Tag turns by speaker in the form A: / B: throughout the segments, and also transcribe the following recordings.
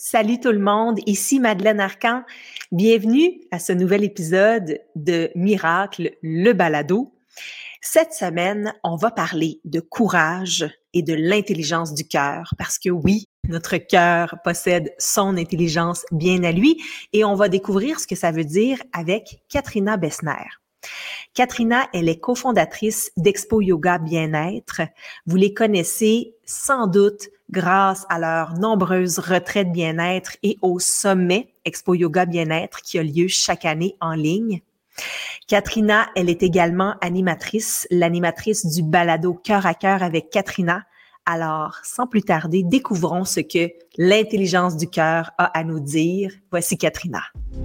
A: Salut tout le monde, ici Madeleine Arcan. Bienvenue à ce nouvel épisode de Miracle, le balado. Cette semaine, on va parler de courage et de l'intelligence du cœur parce que oui, notre cœur possède son intelligence bien à lui et on va découvrir ce que ça veut dire avec Katrina Bessner. Katrina, elle est cofondatrice d'Expo Yoga Bien-être. Vous les connaissez sans doute grâce à leurs nombreuses retraites bien-être et au sommet Expo Yoga Bien-être qui a lieu chaque année en ligne. Katrina, elle est également l'animatrice du balado Cœur à cœur avec Katrina. Alors, sans plus tarder, découvrons ce que l'intelligence du cœur a à nous dire. Voici Katrina.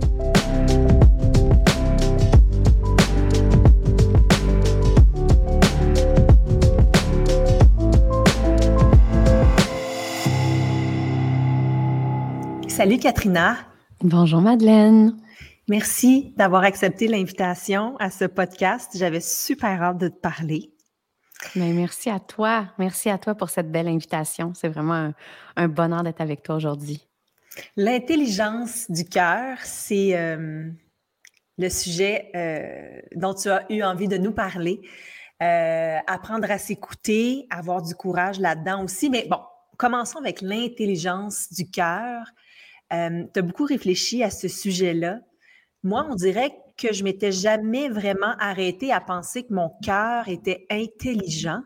A: Salut Katrina.
B: Bonjour Madeleine.
A: Merci d'avoir accepté l'invitation à ce podcast. J'avais super hâte de te parler.
B: Mais merci à toi. Merci à toi pour cette belle invitation. C'est vraiment un bonheur d'être avec toi aujourd'hui.
A: L'intelligence du cœur, c'est le sujet dont tu as eu envie de nous parler. Apprendre à s'écouter, avoir du courage là-dedans aussi. Mais bon, commençons avec l'intelligence du cœur. Tu as beaucoup réfléchi à ce sujet-là. Moi, on dirait que je m'étais jamais vraiment arrêtée à penser que mon cœur était intelligent.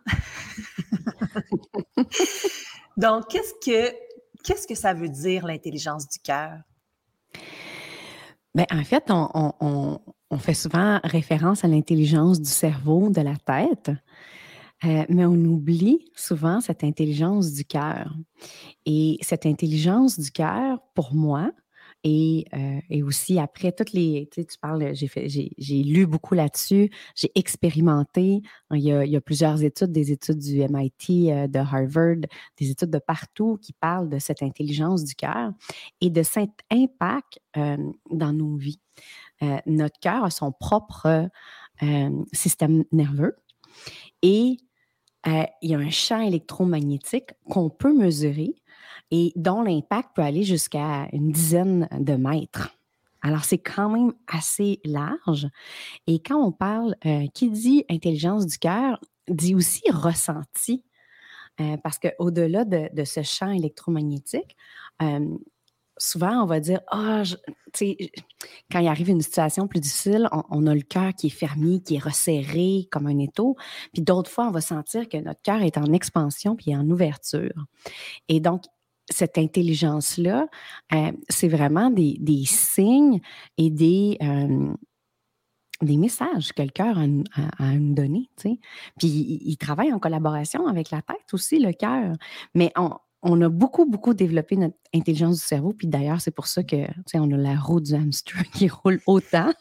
A: Donc, qu'est-ce que ça veut dire l'intelligence du cœur?
B: Bien, en fait, on fait souvent référence à l'intelligence du cerveau, de la tête, mais on oublie souvent cette intelligence du cœur. Et cette intelligence du cœur, pour moi, et aussi après toutes les, tu sais, tu parles, j'ai lu beaucoup là-dessus, j'ai expérimenté. Il y a plusieurs études, des études du MIT, de Harvard, des études de partout qui parlent de cette intelligence du cœur et de cet impact dans nos vies. Notre cœur a son propre système nerveux et il y a un champ électromagnétique qu'on peut mesurer et dont l'impact peut aller jusqu'à une dizaine de mètres. Alors, c'est quand même assez large. Et quand on parle, qui dit intelligence du cœur, dit aussi ressenti. Parce qu'au-delà de ce champ électromagnétique, souvent, on va dire, quand il arrive une situation plus difficile, on a le cœur qui est fermé, qui est resserré comme un étau. Puis d'autres fois, on va sentir que notre cœur est en expansion puis en ouverture. Et donc, cette intelligence-là, c'est vraiment des signes et des messages que le cœur a à nous donner, tu sais. Puis il travaille en collaboration avec la tête aussi, le cœur. Mais on a beaucoup, beaucoup développé notre intelligence du cerveau. Puis d'ailleurs, c'est pour ça que, tu sais, on a la roue du hamster qui roule autant.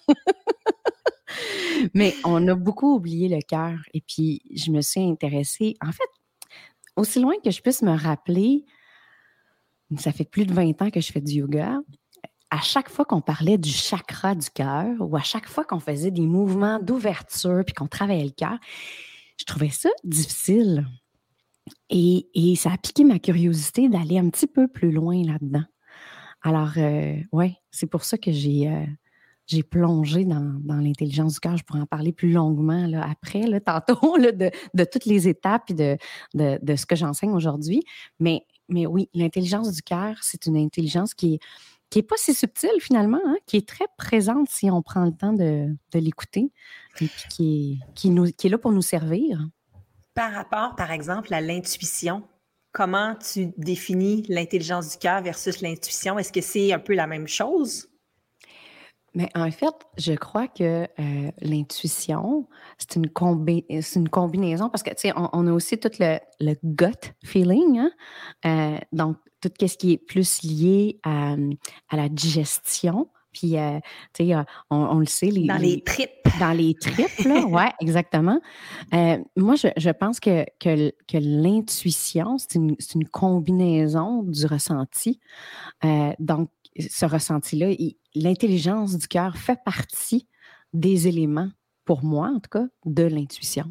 B: Mais on a beaucoup oublié le cœur. Et puis, je me suis intéressée, en fait, aussi loin que je puisse me rappeler, ça fait plus de 20 ans que je fais du yoga. À chaque fois qu'on parlait du chakra du cœur ou à chaque fois qu'on faisait des mouvements d'ouverture puis qu'on travaillait le cœur, je trouvais ça difficile. Et ça a piqué ma curiosité d'aller un petit peu plus loin là-dedans. Alors, ouais, c'est pour ça que j'ai plongé dans l'intelligence du cœur. Je pourrais en parler plus longuement là, après, là, tantôt, là, de toutes les étapes et de ce que j'enseigne aujourd'hui. Mais oui, l'intelligence du cœur, c'est une intelligence qui est pas si subtile finalement, hein, qui est très présente si on prend le temps de l'écouter et puis qui est là pour nous servir.
A: Par rapport, par exemple, à l'intuition, comment tu définis l'intelligence du cœur versus l'intuition? Est-ce que c'est un peu la même chose?
B: Mais en fait, je crois que l'intuition, c'est une combinaison parce que, tu sais, on a aussi tout le gut feeling, hein? Donc, tout ce qui est plus lié à la digestion. Puis, tu sais, on le sait,
A: Dans les tripes.
B: dans les tripes, là, ouais, exactement. Moi, je pense que l'intuition, c'est une combinaison du ressenti. Donc, ce ressenti-là, l'intelligence du cœur fait partie des éléments, pour moi en tout cas, de l'intuition.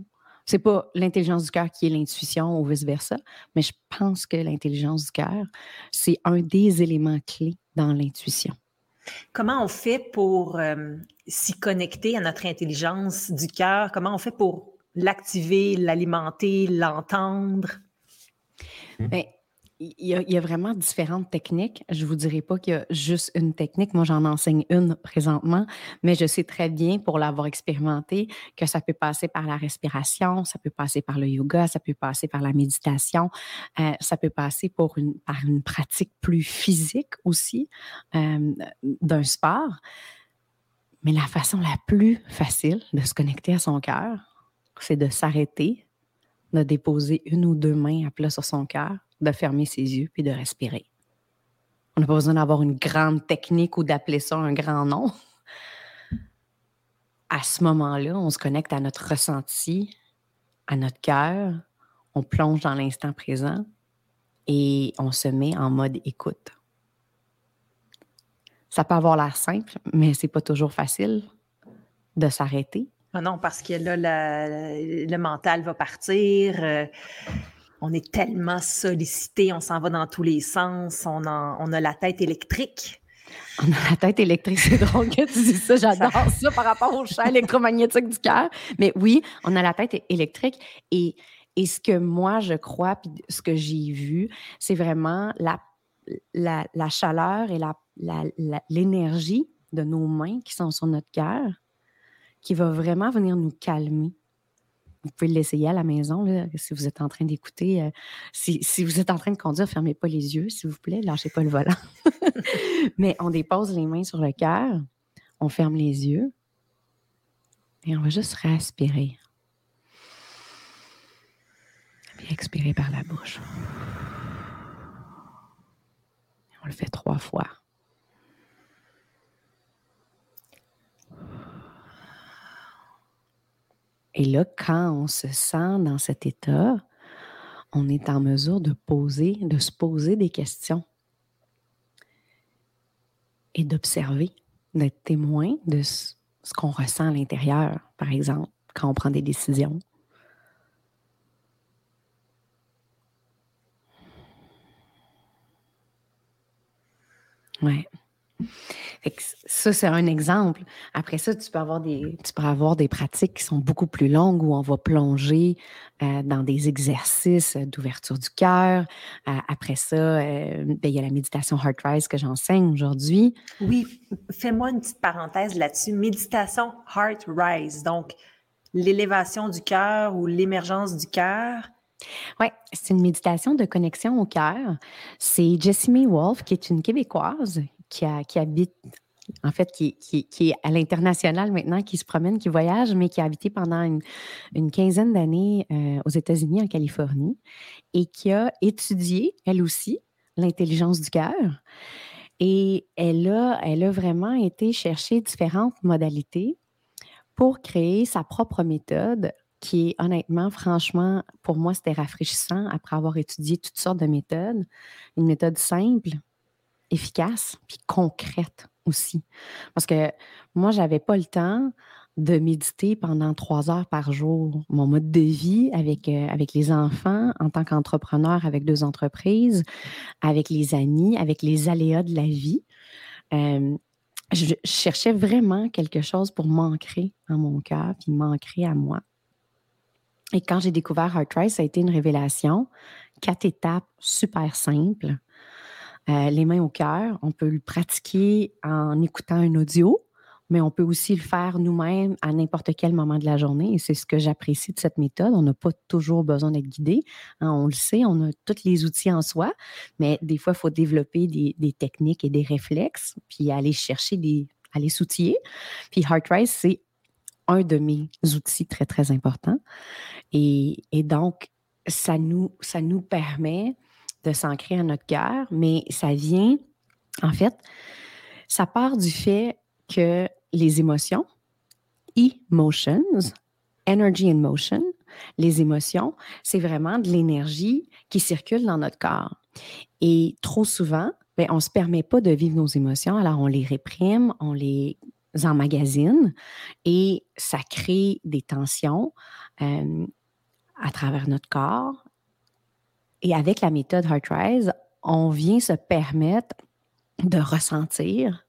B: C'est pas l'intelligence du cœur qui est l'intuition ou vice-versa, mais je pense que l'intelligence du cœur, c'est un des éléments clés dans l'intuition.
A: Comment on fait pour s'y connecter à notre intelligence du cœur? Comment on fait pour l'activer, l'alimenter, l'entendre?
B: Bien, il y a vraiment différentes techniques. Je ne vous dirai pas qu'il y a juste une technique. Moi, j'en enseigne une présentement, mais je sais très bien, pour l'avoir expérimenté, que ça peut passer par la respiration, ça peut passer par le yoga, ça peut passer par la méditation, ça peut passer par une pratique plus physique aussi, d'un sport. Mais la façon la plus facile de se connecter à son cœur, c'est de s'arrêter, de déposer une ou deux mains à plat sur son cœur, de fermer ses yeux puis de respirer. On n'a pas besoin d'avoir une grande technique ou d'appeler ça un grand nom. À ce moment-là, on se connecte à notre ressenti, à notre cœur, on plonge dans l'instant présent et on se met en mode écoute. Ça peut avoir l'air simple, mais c'est pas toujours facile de s'arrêter.
A: Ah non, parce que là, le mental va partir. On est tellement sollicité, on s'en va dans tous les sens, on a la tête électrique.
B: On a la tête électrique, c'est drôle que tu dis ça, j'adore ça par rapport au champ électromagnétique du cœur. Mais oui, on a la tête électrique et ce que moi je crois, puis ce que j'ai vu, c'est vraiment la chaleur et l'énergie de nos mains qui sont sur notre cœur qui va vraiment venir nous calmer. Vous pouvez l'essayer à la maison, là, si vous êtes en train d'écouter. Si vous êtes en train de conduire, ne fermez pas les yeux, s'il vous plaît. Lâchez pas le volant. Mais on dépose les mains sur le cœur, on ferme les yeux et on va juste respirer. Puis expirer par la bouche. On le fait 3 fois. Et là, quand on se sent dans cet état, on est en mesure de se poser des questions et d'observer, d'être témoin de ce qu'on ressent à l'intérieur, par exemple, quand on prend des décisions. Ouais. Fait que ça, c'est un exemple. Après ça, tu peux avoir des pratiques qui sont beaucoup plus longues où on va plonger dans des exercices d'ouverture du cœur. Après ça, il y a la méditation Heart Rise que j'enseigne aujourd'hui.
A: Oui, fais-moi une petite parenthèse là-dessus. Méditation Heart Rise, donc l'élévation du cœur ou l'émergence du cœur.
B: Oui, c'est une méditation de connexion au cœur. C'est Jessimie Wolfe, qui est une Québécoise qui habite, en fait, qui est à l'international maintenant, qui se promène, qui voyage, mais qui a habité pendant une quinzaine d'années aux États-Unis, en Californie, et qui a étudié, elle aussi, l'intelligence du cœur. Et elle a vraiment été chercher différentes modalités pour créer sa propre méthode qui est honnêtement, franchement, pour moi, c'était rafraîchissant après avoir étudié toutes sortes de méthodes. Une méthode simple, efficace, puis concrète aussi. Parce que moi, je n'avais pas le temps de méditer pendant 3 heures par jour. Mon mode de vie avec les enfants, en tant qu'entrepreneur avec 2 entreprises, avec les amis, avec les aléas de la vie. Je cherchais vraiment quelque chose pour m'ancrer en mon cœur, puis m'ancrer à moi. Et quand j'ai découvert Heart Rise, ça a été une révélation. 4 étapes super simples. Les mains au cœur, on peut le pratiquer en écoutant un audio, mais on peut aussi le faire nous-mêmes à n'importe quel moment de la journée. Et c'est ce que j'apprécie de cette méthode. On n'a pas toujours besoin d'être guidé. Hein, on le sait, on a tous les outils en soi, mais des fois, il faut développer des techniques et des réflexes, puis aller chercher aller s'outiller. Puis Heart Rise, c'est un de mes outils très, très importants. Et donc, ça nous permet de s'ancrer à notre cœur, mais ça vient, en fait, ça part du fait que les émotions, emotions, energy in motion, les émotions, c'est vraiment de l'énergie qui circule dans notre corps. Et trop souvent, on ne se permet pas de vivre nos émotions, alors on les réprime, on les emmagasine et ça crée des tensions. à travers notre corps. Et avec la méthode HeartRise, on vient se permettre de ressentir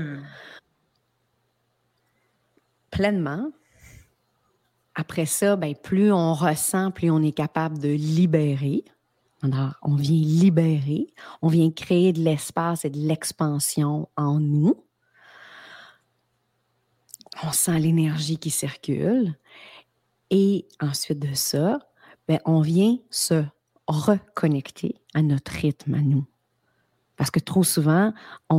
B: pleinement. Après ça, ben, plus on ressent, plus on est capable de libérer. Alors, on vient libérer, on vient créer de l'espace et de l'expansion en nous. On sent l'énergie qui circule. Et ensuite de ça, ben, on vient se reconnecter à notre rythme, à nous. Parce que trop souvent,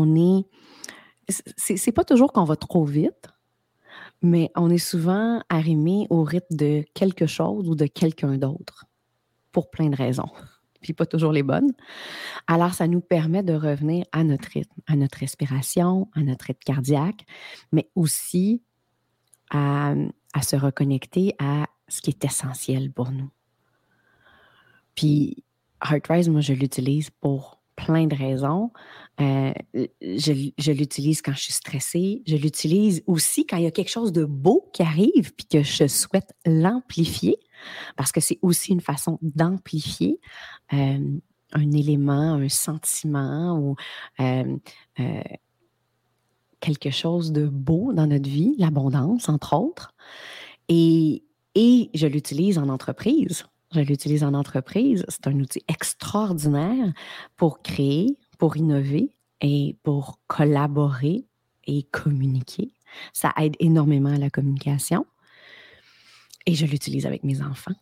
B: c'est pas toujours qu'on va trop vite, mais on est souvent arrimé au rythme de quelque chose ou de quelqu'un d'autre, pour plein de raisons, puis pas toujours les bonnes. Alors, ça nous permet de revenir à notre rythme, à notre respiration, à notre rythme cardiaque, mais aussi à se reconnecter à ce qui est essentiel pour nous. Puis, HeartRise, moi, je l'utilise pour plein de raisons. Je l'utilise quand je suis stressée. Je l'utilise aussi quand il y a quelque chose de beau qui arrive puis que je souhaite l'amplifier, parce que c'est aussi une façon d'amplifier un élément, un sentiment ou quelque chose de beau dans notre vie, l'abondance, entre autres. Et je l'utilise en entreprise. C'est un outil extraordinaire pour créer, pour innover et pour collaborer et communiquer. Ça aide énormément à la communication. Et je l'utilise avec mes enfants.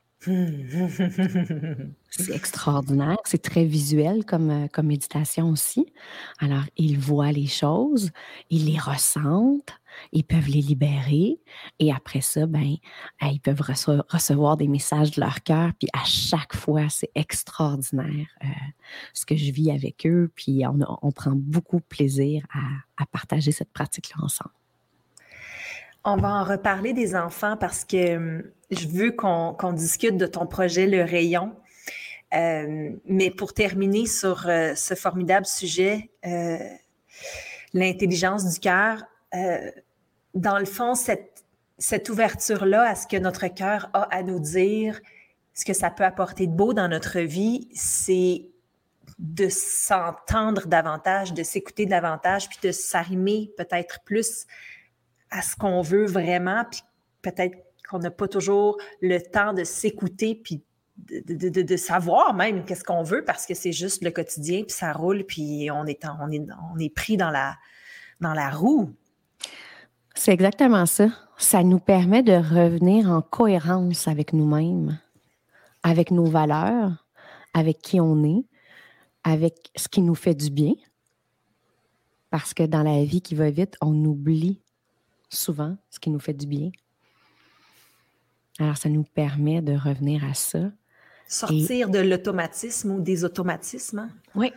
B: C'est extraordinaire. C'est très visuel comme méditation aussi. Alors, ils voient les choses, ils les ressentent, ils peuvent les libérer. Et après ça, ben, ils peuvent recevoir des messages de leur cœur. Puis à chaque fois, c'est extraordinaire ce que je vis avec eux. Puis on prend beaucoup de plaisir à partager cette pratique-là ensemble.
A: On va en reparler des enfants parce que je veux qu'on discute de ton projet Le Rayon. Mais pour terminer sur ce formidable sujet, l'intelligence du cœur, dans le fond, cette ouverture-là à ce que notre cœur a à nous dire, ce que ça peut apporter de beau dans notre vie, c'est de s'entendre davantage, de s'écouter davantage, puis de s'arrimer peut-être plus à ce qu'on veut vraiment, puis peut-être qu'on n'a pas toujours le temps de s'écouter, puis de savoir même qu'est-ce qu'on veut, parce que c'est juste le quotidien, puis ça roule, puis on est pris dans la roue.
B: C'est exactement ça. Ça nous permet de revenir en cohérence avec nous-mêmes, avec nos valeurs, avec qui on est, avec ce qui nous fait du bien. Parce que dans la vie qui va vite, on oublie souvent ce qui nous fait du bien. Alors, ça nous permet de revenir à ça.
A: Sortir de l'automatisme ou des automatismes. Hein?
B: Oui.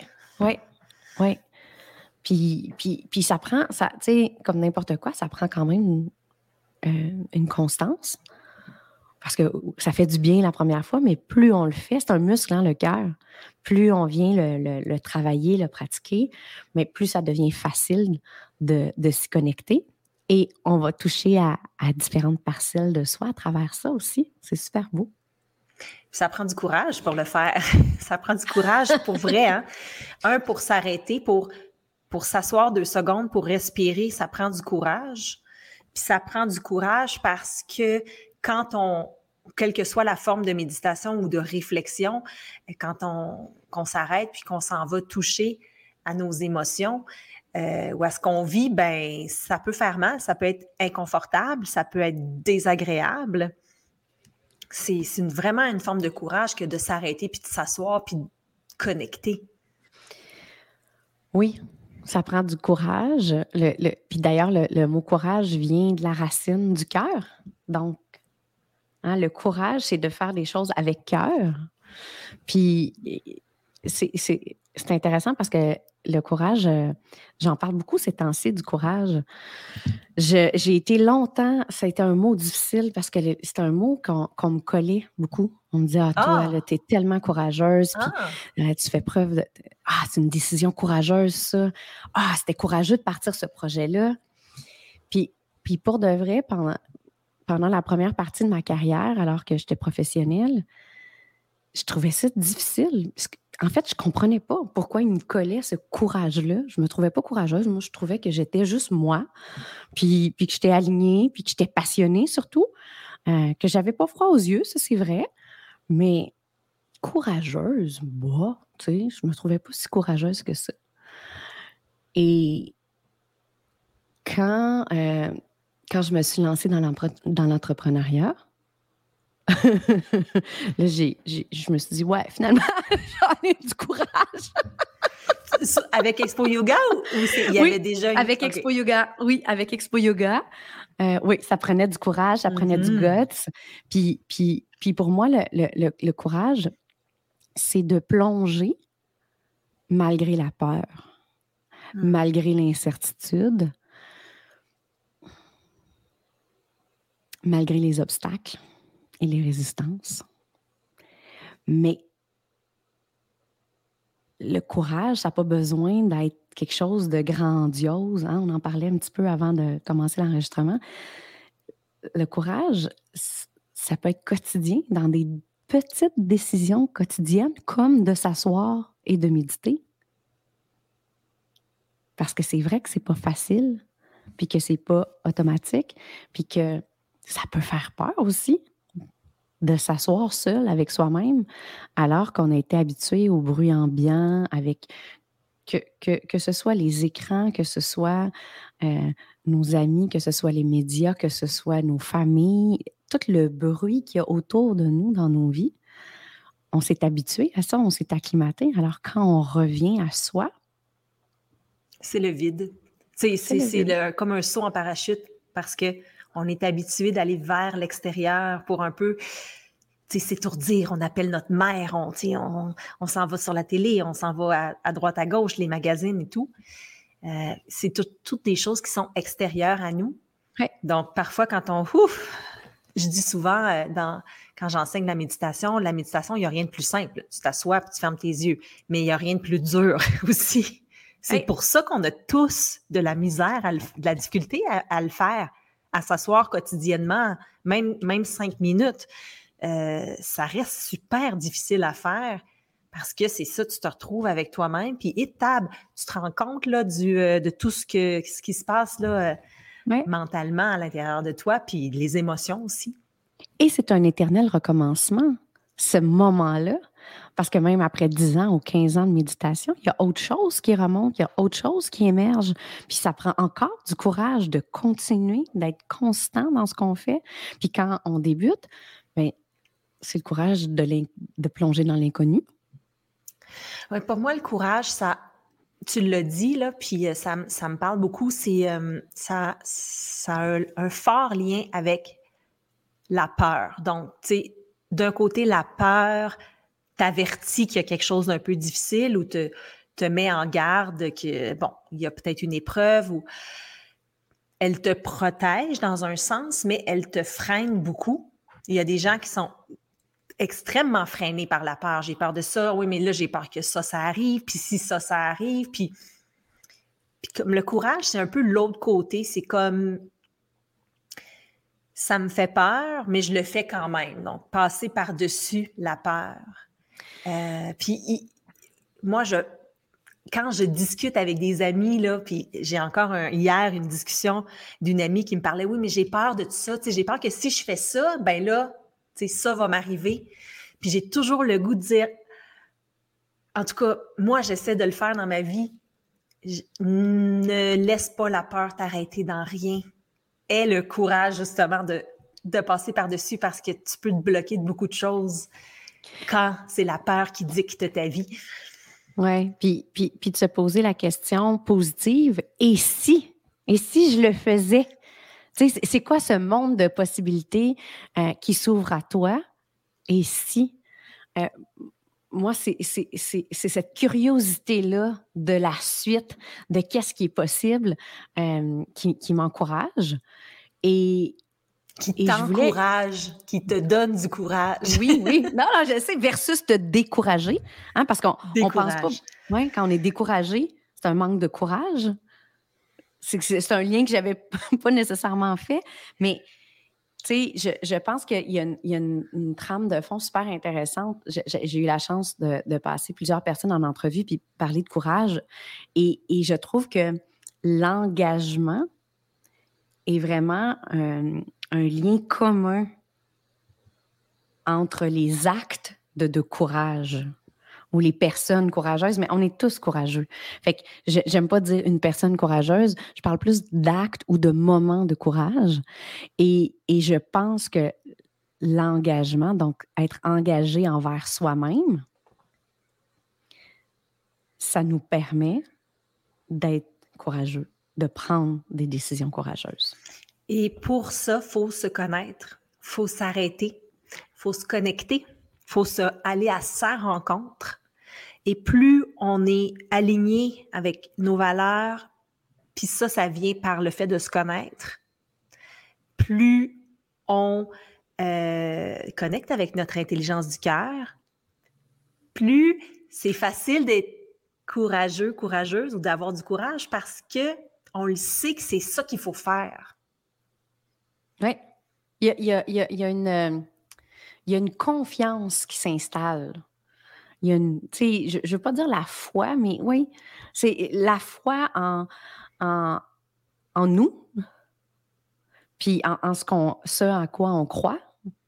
B: Puis ça prend, tu sais, comme n'importe quoi, ça prend quand même une constance. Parce que ça fait du bien la première fois, mais plus on le fait, c'est un muscle, hein, le cœur. Plus on vient le travailler, le pratiquer, mais plus ça devient facile de s'y connecter. Et on va toucher à différentes parcelles de soi à travers ça aussi. C'est super beau.
A: Ça prend du courage pour le faire. Ça prend du courage pour vrai. Hein? Pour s'arrêter, pour s'asseoir 2 secondes, pour respirer, ça prend du courage. Puis ça prend du courage parce que quelle que soit la forme de méditation ou de réflexion, qu'on s'arrête puis qu'on s'en va toucher à nos émotions ou à ce qu'on vit, ben ça peut faire mal, ça peut être inconfortable, ça peut être désagréable. C'est vraiment une forme de courage que de s'arrêter puis de s'asseoir puis de connecter.
B: Oui, ça prend du courage. Puis d'ailleurs, le mot courage vient de la racine du cœur. Donc, hein, le courage, c'est de faire des choses avec cœur. Puis, c'est intéressant parce que le courage, j'en parle beaucoup ces temps-ci, du courage. J'ai été longtemps, ça a été un mot difficile parce que c'est un mot qu'on me collait beaucoup. On me dit, toi, là, t'es tellement courageuse, puis tu fais preuve de... c'est une décision courageuse, ça. C'était courageux de partir ce projet-là. Puis pour de vrai, pendant la première partie de ma carrière, alors que j'étais professionnelle, je trouvais ça difficile. En fait, je ne comprenais pas pourquoi il me collait ce courage-là. Je ne me trouvais pas courageuse. Moi, je trouvais que j'étais juste moi, puis que j'étais alignée, puis que j'étais passionnée surtout, que j'avais pas froid aux yeux, ça c'est vrai, mais courageuse, moi, tu sais, je me trouvais pas si courageuse que ça. Et quand je me suis lancée dans l'entrepreneuriat, là, je me suis dit, ouais, finalement, j'en ai du courage.
A: Avec Expo Yoga ou il y avait déjà une...
B: Avec Expo Yoga. Oui, avec Expo Yoga. Oui, ça prenait du courage, ça prenait du guts. Puis pour moi, le courage, c'est de plonger malgré la peur, malgré l'incertitude, malgré les obstacles et les résistances. Mais le courage, ça n'a pas besoin d'être quelque chose de grandiose. Hein? On en parlait un petit peu avant de commencer l'enregistrement. Le courage, ça peut être quotidien, dans des petites décisions quotidiennes, comme de s'asseoir et de méditer. Parce que c'est vrai que c'est pas facile, puis que c'est pas automatique, puis que ça peut faire peur aussi de s'asseoir seul avec soi-même, alors qu'on a été habitué au bruit ambiant, avec que ce soit les écrans, que ce soit nos amis, que ce soit les médias, que ce soit nos familles, tout le bruit qu'il y a autour de nous dans nos vies. On s'est habitué à ça, on s'est acclimaté. Alors, quand on revient à soi...
A: C'est le vide. C'est comme un saut en parachute parce qu'on est habitué d'aller vers l'extérieur pour un peu s'étourdir. On appelle notre mère, on s'en va sur la télé, on s'en va à droite, à gauche, les magazines et tout. C'est toutes des choses qui sont extérieures à nous.
B: Ouais.
A: Donc, parfois, je dis souvent, quand j'enseigne la méditation, il n'y a rien de plus simple. Tu t'assois et tu fermes tes yeux. Mais il n'y a rien de plus dur aussi. C'est pour ça qu'on a tous de la misère, de la difficulté à le faire, à s'asseoir quotidiennement, même 5 minutes. Ça reste super difficile à faire parce que c'est ça, tu te retrouves avec toi-même, puis étable, tu te rends compte là, de tout ce qui se passe là, mentalement à l'intérieur de toi, puis les émotions aussi.
B: Et c'est un éternel recommencement, ce moment-là, parce que même après 10 ans ou 15 ans de méditation, il y a autre chose qui remonte, il y a autre chose qui émerge, puis ça prend encore du courage de continuer, d'être constant dans ce qu'on fait. Puis quand on débute, bien, c'est le courage de plonger dans l'inconnu.
A: Ouais, pour moi, le courage, tu l'as dit, là, puis ça me parle beaucoup, ça a un fort lien avec la peur. Donc, tu sais, d'un côté, la peur t'avertit qu'il y a quelque chose d'un peu difficile ou te met en garde que, bon, il y a peut-être une épreuve ou elle te protège dans un sens, mais elle te freine beaucoup. Il y a des gens qui sont extrêmement freinés par la peur. J'ai peur de ça, oui, mais là, j'ai peur que ça arrive, puis si ça arrive, puis comme le courage, c'est un peu l'autre côté. C'est comme, ça me fait peur, mais je le fais quand même. Donc, passer par-dessus la peur. Puis, moi, quand je discute avec des amis, là, puis j'ai encore hier une discussion d'une amie qui me parlait, oui, mais j'ai peur de tout ça, tu sais, j'ai peur que si je fais ça, ben là, tu sais, ça va m'arriver. Puis j'ai toujours le goût de dire, en tout cas, moi, j'essaie de le faire dans ma vie, ne laisse pas la peur t'arrêter dans rien. Aie le courage, justement, de passer par-dessus parce que tu peux te bloquer de beaucoup de choses quand c'est la peur qui dicte ta vie.
B: Oui, puis de se poser la question positive, et si je le faisais? Tu sais, c'est quoi ce monde de possibilités qui s'ouvre à toi? Et si? Moi, c'est cette curiosité-là de la suite, de qu'est-ce qui est possible, qui m'encourage.
A: Qui t'encourage, qui te donne du courage.
B: Oui. Non, je sais, versus te décourager. Hein, parce qu'on pense pas... Ouais, quand on est découragé, c'est un manque de courage. C'est un lien que j'avais pas nécessairement fait. Mais, tu Tu sais, je pense qu'il y a une trame de fond super intéressante. J'ai eu la chance de passer plusieurs personnes en entrevue puis parler de courage. Et je trouve que l'engagement est vraiment un lien commun entre les actes de courage ou les personnes courageuses, mais on est tous courageux. Fait que j'aime pas dire une personne courageuse, je parle plus d'actes ou de moments de courage. Et je pense que l'engagement, donc être engagé envers soi-même, ça nous permet d'être courageux, de prendre des décisions courageuses.
A: Et pour ça, faut se connaître, faut s'arrêter, faut se connecter, faut aller à sa rencontre. Et plus on est aligné avec nos valeurs, puis ça vient par le fait de se connaître, plus on connecte avec notre intelligence du cœur, plus c'est facile d'être courageux, courageuse ou d'avoir du courage parce que on le sait que c'est ça qu'il faut faire.
B: Oui. Il y a une confiance qui s'installe. Il y a une, tu sais, je ne veux pas dire la foi, mais oui, c'est la foi en nous, puis en ce à quoi on croit.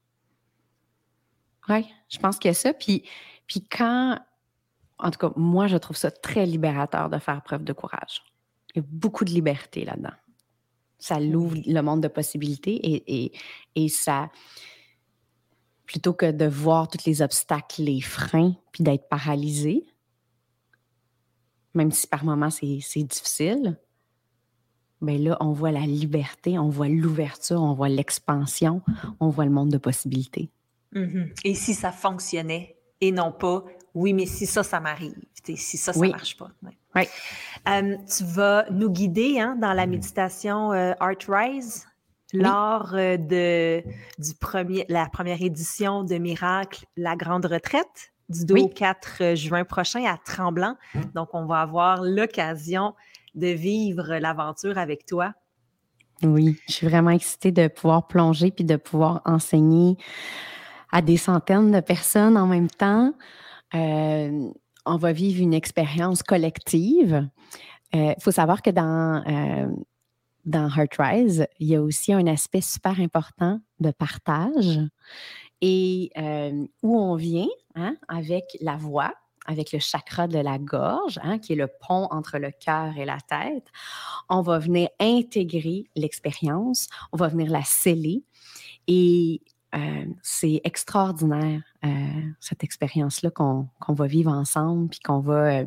B: Oui, je pense qu'il y a ça. Puis quand, en tout cas, moi, je trouve ça très libérateur de faire preuve de courage. Il y a beaucoup de liberté là-dedans. Ça l'ouvre le monde de possibilités et ça, plutôt que de voir tous les obstacles, les freins, puis d'être paralysé, même si par moments c'est difficile, bien là, on voit la liberté, on voit l'ouverture, on voit l'expansion, on voit le monde de possibilités.
A: Mm-hmm. Et si ça fonctionnait et non pas, oui, mais si ça m'arrive, si ça marche pas. Ouais.
B: Oui.
A: Tu vas nous guider dans la méditation Art Rise lors de la première édition de Miracle, la grande retraite, du 2 au 4 juin prochain à Tremblant. Donc, on va avoir l'occasion de vivre l'aventure avec toi.
B: Oui, je suis vraiment excitée de pouvoir plonger puis de pouvoir enseigner à des centaines de personnes en même temps. On va vivre une expérience collective. Il faut savoir que dans Heartrise, il y a aussi un aspect super important de partage et où on vient avec la voix, avec le chakra de la gorge, qui est le pont entre le cœur et la tête. On va venir intégrer l'expérience, on va venir la sceller et c'est extraordinaire, cette expérience-là qu'on va vivre ensemble puis qu'on va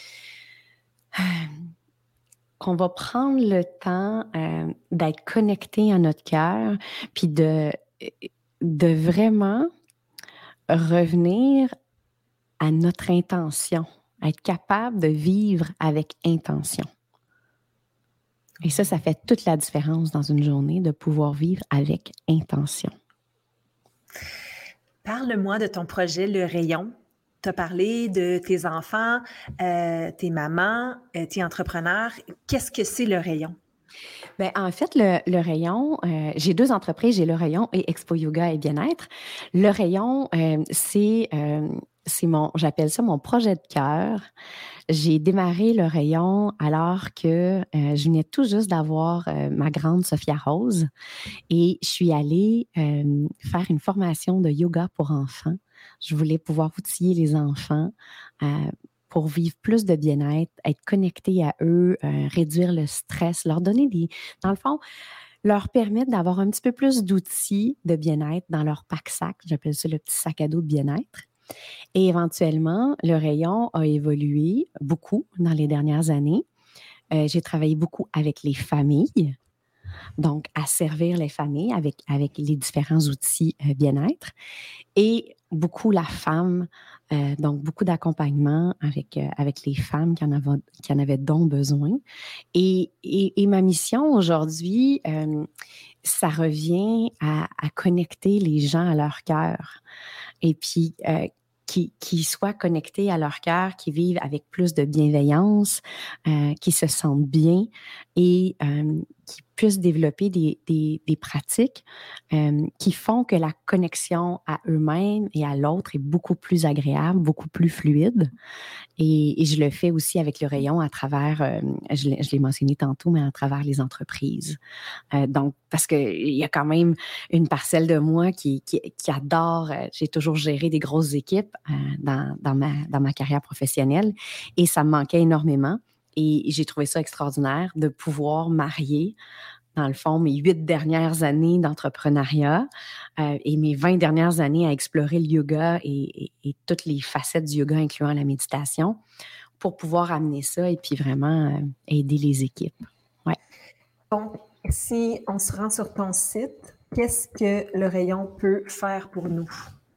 B: prendre le temps d'être connecté à notre cœur puis de vraiment revenir à notre intention, être capable de vivre avec intention. Et ça fait toute la différence dans une journée de pouvoir vivre avec intention.
A: Parle-moi de ton projet Le Rayon. Tu as parlé de tes enfants, tes mamans, tes entrepreneurs. Qu'est-ce que c'est Le Rayon?
B: Bien, en fait, le Rayon, j'ai 2 entreprises, j'ai Le Rayon et Expo Yoga et Bien-être. Le Rayon, c'est j'appelle ça mon projet de cœur. J'ai démarré Le Rayon alors que je venais tout juste d'avoir ma grande Sophia Rose et je suis allée faire une formation de yoga pour enfants. Je voulais pouvoir outiller les enfants pour vivre plus de bien-être, être connecté à eux, réduire le stress, leur donner dans le fond, leur permettre d'avoir un petit peu plus d'outils de bien-être dans leur pack-sac. J'appelle ça le petit sac à dos de bien-être. Et éventuellement, le rayon a évolué beaucoup dans les dernières années. J'ai travaillé beaucoup avec les familles, donc à servir les familles avec les différents outils bien-être et beaucoup la femme, donc beaucoup d'accompagnement avec les femmes qui en avaient dont besoin. Et ma mission aujourd'hui, ça revient à connecter les gens à leur cœur et puis qui soient connectés à leur cœur, qui vivent avec plus de bienveillance, qui se sentent bien et qui puissent développer des pratiques qui font que la connexion à eux-mêmes et à l'autre est beaucoup plus agréable, beaucoup plus fluide. Et je le fais aussi avec le rayon à travers, je l'ai mentionné tantôt, mais à travers les entreprises. Donc, parce qu'il y a quand même une parcelle de moi qui adore, j'ai toujours géré des grosses équipes dans ma carrière professionnelle et ça me manquait énormément. Et j'ai trouvé ça extraordinaire de pouvoir marier, dans le fond, mes 8 dernières années d'entrepreneuriat et mes 20 dernières années à explorer le yoga et toutes les facettes du yoga, incluant la méditation, pour pouvoir amener ça et puis vraiment aider les équipes. Ouais.
A: Donc, si on se rend sur ton site, qu'est-ce que le rayon peut faire pour nous?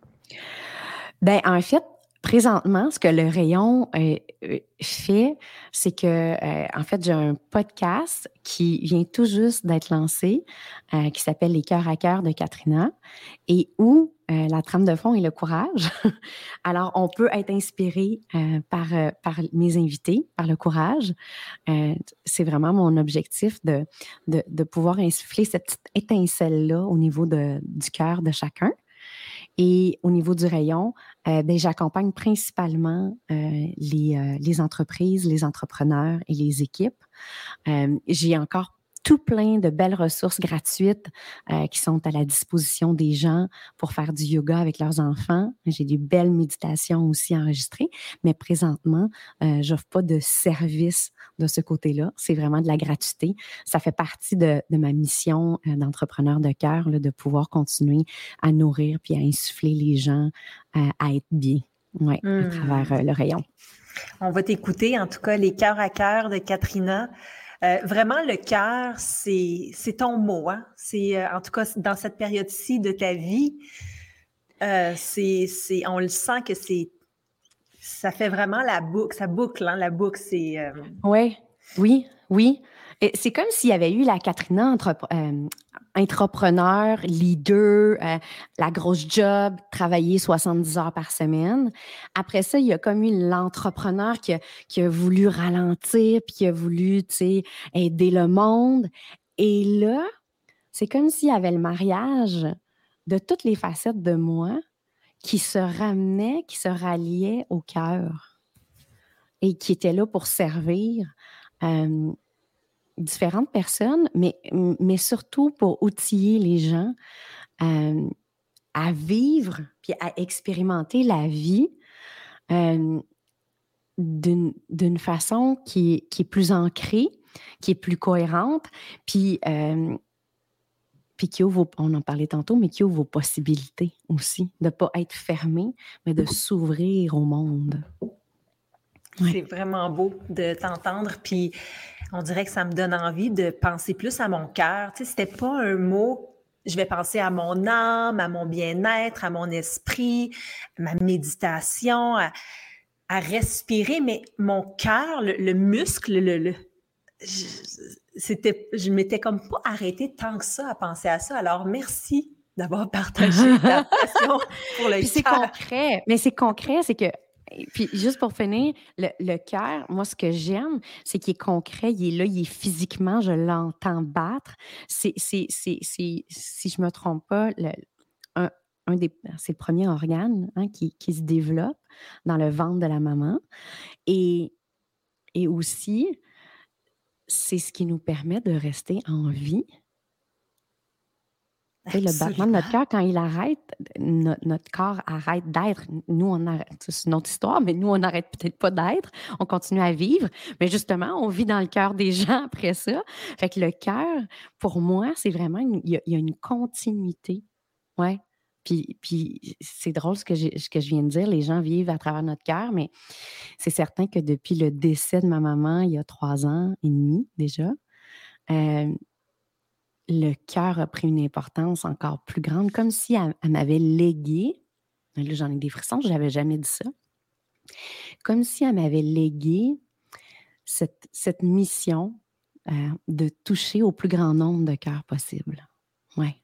B: Bien, en fait, présentement, ce que le rayon fait, c'est que, en fait, j'ai un podcast qui vient tout juste d'être lancé, qui s'appelle Les cœurs à cœur de Katrina, et où la trame de fond est le courage. Alors, on peut être inspiré par mes invités, par le courage. C'est vraiment mon objectif de pouvoir insuffler cette petite étincelle-là au niveau du cœur de chacun. Et au niveau du rayon, ben, j'accompagne principalement les entreprises, les entrepreneurs et les équipes. J'ai encore tout plein de belles ressources gratuites qui sont à la disposition des gens pour faire du yoga avec leurs enfants. J'ai des belles méditations aussi enregistrées, mais présentement, j'offre pas de service de ce côté-là. C'est vraiment de la gratuité. Ça fait partie de ma mission d'entrepreneur de cœur, là, de pouvoir continuer à nourrir puis à insuffler les gens à être bien, ouais, à travers le rayon.
A: On va t'écouter, en tout cas, Les cœurs à cœur de Katrina. Vraiment, le cœur, c'est ton mot. Hein? C'est, en tout cas, dans cette période-ci de ta vie, on le sent que ça fait vraiment la boucle, ça boucle, hein, la boucle.
B: Ouais, oui. Et c'est comme s'il y avait eu la Katrina entrepreneur, leader, la grosse job, travailler 70 heures par semaine. Après ça, il y a comme eu l'entrepreneur qui a voulu ralentir, puis qui a voulu, tu sais, aider le monde. Et là, c'est comme s'il y avait le mariage de toutes les facettes de moi qui se ramenaient, qui se ralliaient au cœur et qui étaient là pour servir différentes personnes, mais surtout pour outiller les gens à vivre puis à expérimenter la vie d'une façon qui est plus ancrée, qui est plus cohérente, puis qui ouvre, on en parlait tantôt, mais qui ouvre vos possibilités aussi, de ne pas être fermé, mais de s'ouvrir au monde.
A: Ouais. C'est vraiment beau de t'entendre, puis on dirait que ça me donne envie de penser plus à mon cœur. Tu sais, c'était pas un mot, je vais penser à mon âme, à mon bien-être, à mon esprit, ma méditation, à respirer, mais mon cœur, le muscle, je m'étais comme pas arrêtée tant que ça à penser à ça. Alors, merci d'avoir partagé ta passion pour le cœur.
B: C'est concret, mais c'est concret, c'est que puis juste pour finir, le cœur, moi, ce que j'aime, c'est qu'il est concret, il est là, il est physiquement, je l'entends battre. Si je me trompe pas, c'est le premier organe qui se développe dans le ventre de la maman. Et aussi, c'est ce qui nous permet de rester en vie. Le battement de notre cœur, quand il arrête, notre corps arrête d'être. Nous, on arrête. C'est une autre histoire, mais nous, on n'arrête peut-être pas d'être. On continue à vivre. Mais justement, on vit dans le cœur des gens après ça. Fait que le cœur, pour moi, c'est vraiment, il y a une continuité. Ouais. Puis c'est drôle ce que je viens de dire. Les gens vivent à travers notre cœur, mais c'est certain que depuis le décès de ma maman, il y a 3 ans et demi déjà, le cœur a pris une importance encore plus grande, comme si elle m'avait légué, là j'en ai des frissons, je n'avais jamais dit ça, comme si elle m'avait légué cette mission de toucher au plus grand nombre de cœurs possible. Ouais.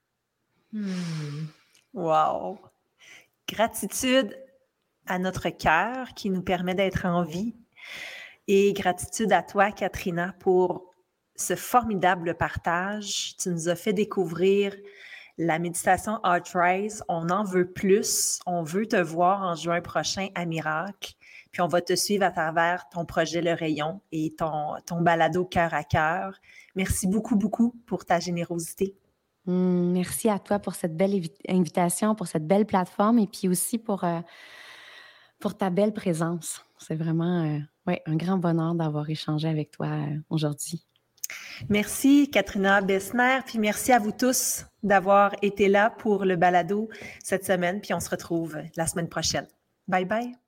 A: Wow! Gratitude à notre cœur qui nous permet d'être en vie et gratitude à toi, Katrina, pour ce formidable partage. Tu nous as fait découvrir la méditation Heart Rise. On en veut plus. On veut te voir en juin prochain à Miracle. Puis on va te suivre à travers ton projet Le Rayon et ton balado Cœur à cœur. Merci beaucoup, beaucoup pour ta générosité.
B: Merci à toi pour cette belle invitation, pour cette belle plateforme et puis aussi pour ta belle présence. C'est vraiment un grand bonheur d'avoir échangé avec toi aujourd'hui.
A: Merci Katrina Bessner, puis merci à vous tous d'avoir été là pour le balado cette semaine, puis on se retrouve la semaine prochaine. Bye bye!